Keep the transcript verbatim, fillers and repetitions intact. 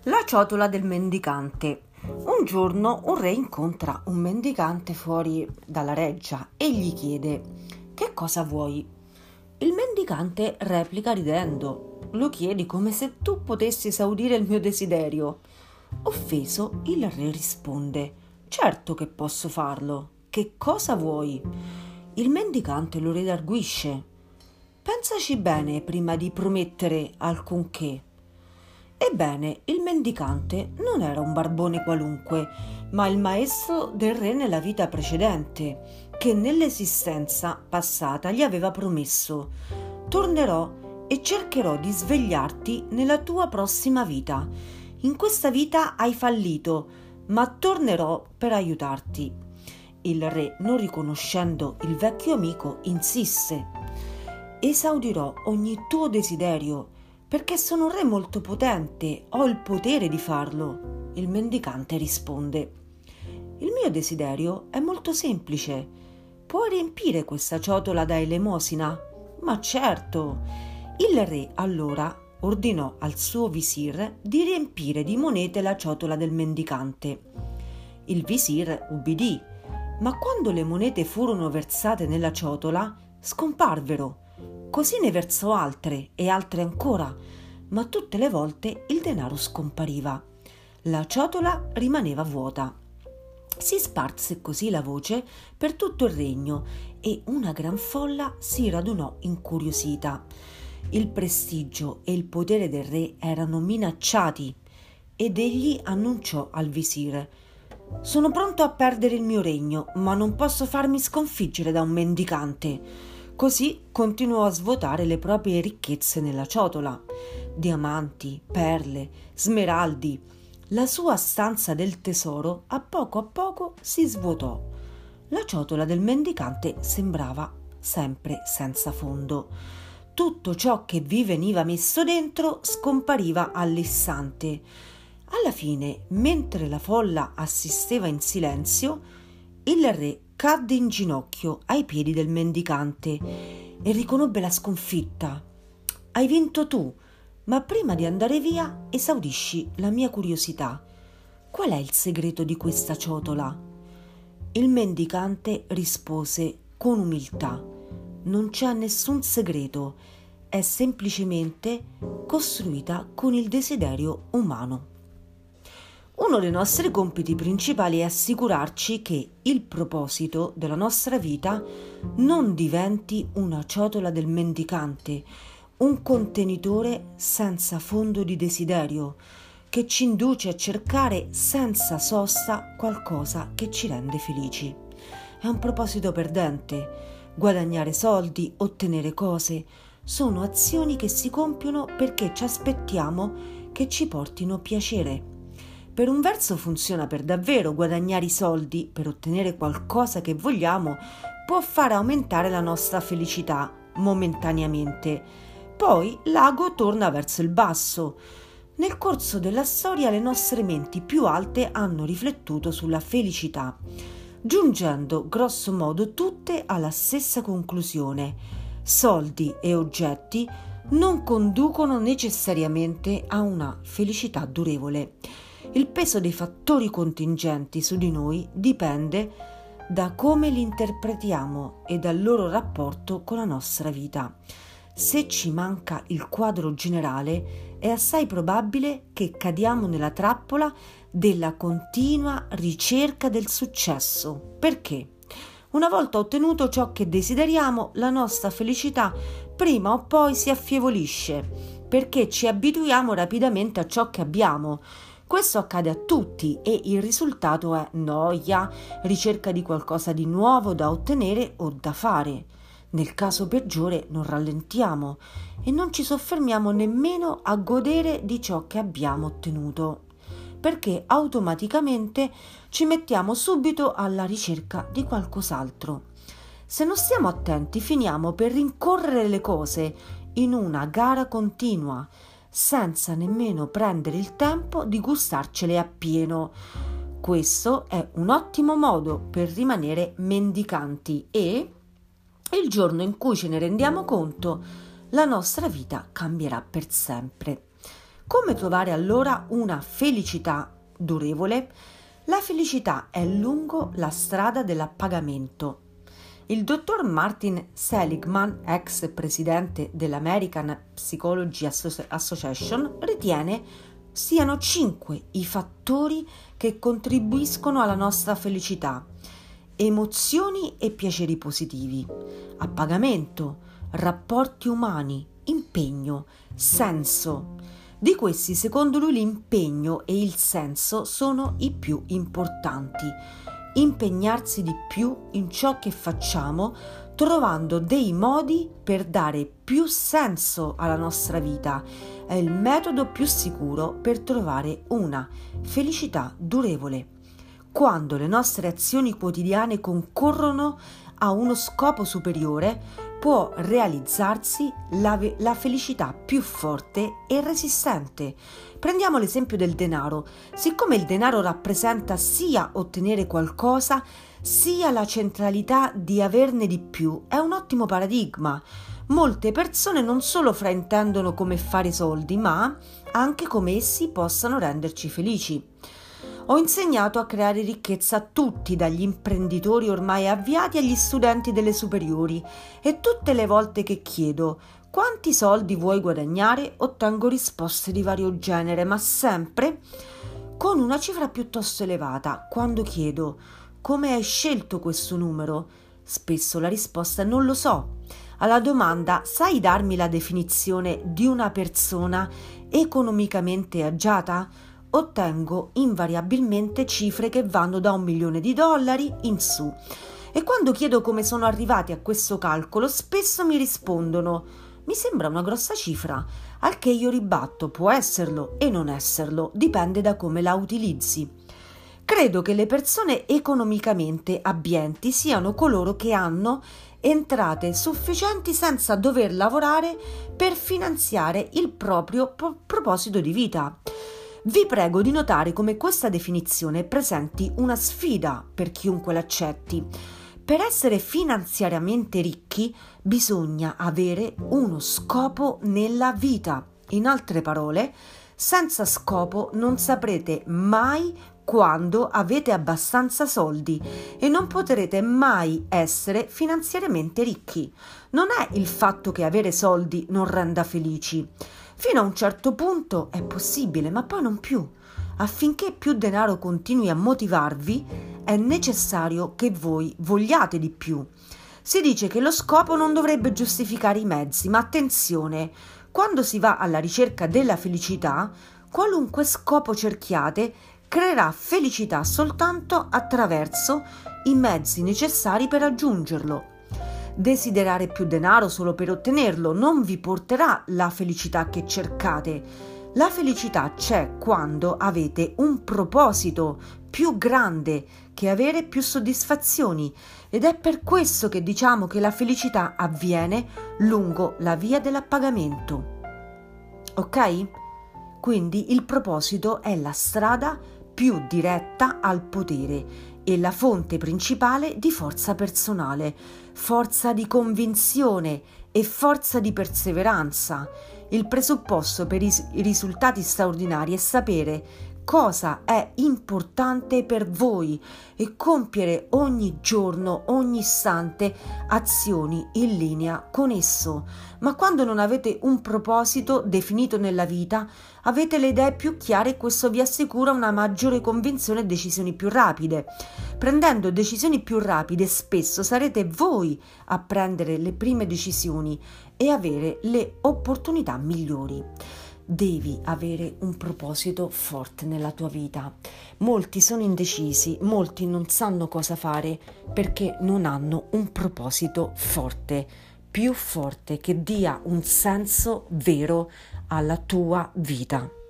La ciotola del mendicante. Un giorno un re incontra un mendicante fuori dalla reggia e gli chiede: «Che cosa vuoi?» Il mendicante replica ridendo: «Lo chiedi come se tu potessi esaudire il mio desiderio». Offeso, il re risponde: «Certo che posso farlo. Che cosa vuoi?» Il mendicante lo redarguisce: «Pensaci bene prima di promettere alcunché». Ebbene, il mendicante non era un barbone qualunque, ma il maestro del re nella vita precedente, che nell'esistenza passata gli aveva promesso: «Tornerò e cercherò di svegliarti nella tua prossima vita. In questa vita hai fallito, ma tornerò per aiutarti». Il re, non riconoscendo il vecchio amico, insiste: «Esaudirò ogni tuo desiderio, perché sono un re molto potente, ho il potere di farlo». Il mendicante risponde: «Il mio desiderio è molto semplice. Puoi riempire questa ciotola da elemosina?» «Ma certo!» Il re allora ordinò al suo visir di riempire di monete la ciotola del mendicante. Il visir ubbidì, ma quando le monete furono versate nella ciotola, scomparvero. Così ne versò altre e altre ancora, ma tutte le volte il denaro scompariva. La ciotola rimaneva vuota. Si sparse così la voce per tutto il regno e una gran folla si radunò incuriosita. Il prestigio e il potere del re erano minacciati ed egli annunciò al visir: «Sono pronto a perdere il mio regno, ma non posso farmi sconfiggere da un mendicante». Così continuò a svuotare le proprie ricchezze nella ciotola. Diamanti, perle, smeraldi. La sua stanza del tesoro a poco a poco si svuotò. La ciotola del mendicante sembrava sempre senza fondo. Tutto ciò che vi veniva messo dentro scompariva all'istante. Alla fine, mentre la folla assisteva in silenzio, il re cadde in ginocchio ai piedi del mendicante e riconobbe la sconfitta. «Hai vinto tu, ma prima di andare via esaudisci la mia curiosità. Qual è il segreto di questa ciotola?» Il mendicante rispose con umiltà: «Non c'è nessun segreto, è semplicemente costruita con il desiderio umano». Uno dei nostri compiti principali è assicurarci che il proposito della nostra vita non diventi una ciotola del mendicante, un contenitore senza fondo di desiderio, che ci induce a cercare senza sosta qualcosa che ci rende felici. È un proposito perdente. Guadagnare soldi, ottenere cose, sono azioni che si compiono perché ci aspettiamo che ci portino piacere. Per un verso funziona per davvero: guadagnare i soldi per ottenere qualcosa che vogliamo può fare aumentare la nostra felicità momentaneamente. Poi l'ago torna verso il basso. Nel corso della storia le nostre menti più alte hanno riflettuto sulla felicità, giungendo grosso modo tutte alla stessa conclusione: soldi e oggetti non conducono necessariamente a una felicità durevole. Il peso dei fattori contingenti su di noi dipende da come li interpretiamo e dal loro rapporto con la nostra vita. Se ci manca il quadro generale, è assai probabile che cadiamo nella trappola della continua ricerca del successo. Perché? Una volta ottenuto ciò che desideriamo, la nostra felicità prima o poi si affievolisce, perché ci abituiamo rapidamente a ciò che abbiamo. Questo accade a tutti e il risultato è noia, ricerca di qualcosa di nuovo da ottenere o da fare. Nel caso peggiore non rallentiamo e non ci soffermiamo nemmeno a godere di ciò che abbiamo ottenuto, perché automaticamente ci mettiamo subito alla ricerca di qualcos'altro. Se non stiamo attenti, finiamo per rincorrere le cose in una gara continua, senza nemmeno prendere il tempo di gustarcele appieno. Questo è un ottimo modo per rimanere mendicanti e, il giorno in cui ce ne rendiamo conto, la nostra vita cambierà per sempre. Come trovare allora una felicità durevole? La felicità è lungo la strada dell'appagamento. Il dottor Martin Seligman, ex presidente dell'American Psychology Association, ritiene siano cinque i fattori che contribuiscono alla nostra felicità: emozioni e piaceri positivi, appagamento, rapporti umani, impegno, senso. Di questi, secondo lui, l'impegno e il senso sono i più importanti. Impegnarsi di più in ciò che facciamo, trovando dei modi per dare più senso alla nostra vita, è il metodo più sicuro per trovare una felicità durevole. Quando le nostre azioni quotidiane concorrono a uno scopo superiore, può realizzarsi la, la felicità più forte e resistente. Prendiamo l'esempio del denaro. Siccome il denaro rappresenta sia ottenere qualcosa, sia la centralità di averne di più, è un ottimo paradigma. Molte persone non solo fraintendono come fare soldi, ma anche come essi possano renderci felici. Ho insegnato a creare ricchezza a tutti, dagli imprenditori ormai avviati agli studenti delle superiori, e tutte le volte che chiedo quanti soldi vuoi guadagnare ottengo risposte di vario genere, ma sempre con una cifra piuttosto elevata. Quando chiedo come hai scelto questo numero, spesso la risposta è non lo so. Alla domanda sai darmi la definizione di una persona economicamente agiata? Ottengo invariabilmente cifre che vanno da un milione di dollari in su. E quando chiedo come sono arrivati a questo calcolo, spesso mi rispondono: mi sembra una grossa cifra, al che io ribatto: può esserlo e non esserlo, dipende da come la utilizzi. Credo che le persone economicamente abbienti siano coloro che hanno entrate sufficienti senza dover lavorare per finanziare il proprio pro- proposito di vita. Vi prego di notare come questa definizione presenti una sfida per chiunque l'accetti. Per essere finanziariamente ricchi bisogna avere uno scopo nella vita. In altre parole, senza scopo non saprete mai quando avete abbastanza soldi e non potrete mai essere finanziariamente ricchi. Non è il fatto che avere soldi non renda felici. Fino a un certo punto è possibile, ma poi non più. Affinché più denaro continui a motivarvi, è necessario che voi vogliate di più. Si dice che lo scopo non dovrebbe giustificare i mezzi, ma attenzione, quando si va alla ricerca della felicità, qualunque scopo cerchiate creerà felicità soltanto attraverso i mezzi necessari per raggiungerlo. Desiderare più denaro solo per ottenerlo non vi porterà la felicità che cercate. La felicità c'è quando avete un proposito più grande che avere più soddisfazioni, ed è per questo che diciamo che la felicità avviene lungo la via dell'appagamento. Ok? Quindi il proposito è la strada più diretta al potere e la fonte principale di forza personale, forza di convinzione e forza di perseveranza. Il presupposto per i risultati straordinari è sapere cosa è importante per voi e compiere ogni giorno, ogni istante, azioni in linea con esso. Ma quando non avete un proposito definito nella vita, avete le idee più chiare e questo vi assicura una maggiore convinzione e decisioni più rapide. Prendendo decisioni più rapide, spesso sarete voi a prendere le prime decisioni e avere le opportunità migliori. Devi avere un proposito forte nella tua vita. Molti sono indecisi, molti non sanno cosa fare perché non hanno un proposito forte, più forte, che dia un senso vero alla tua vita.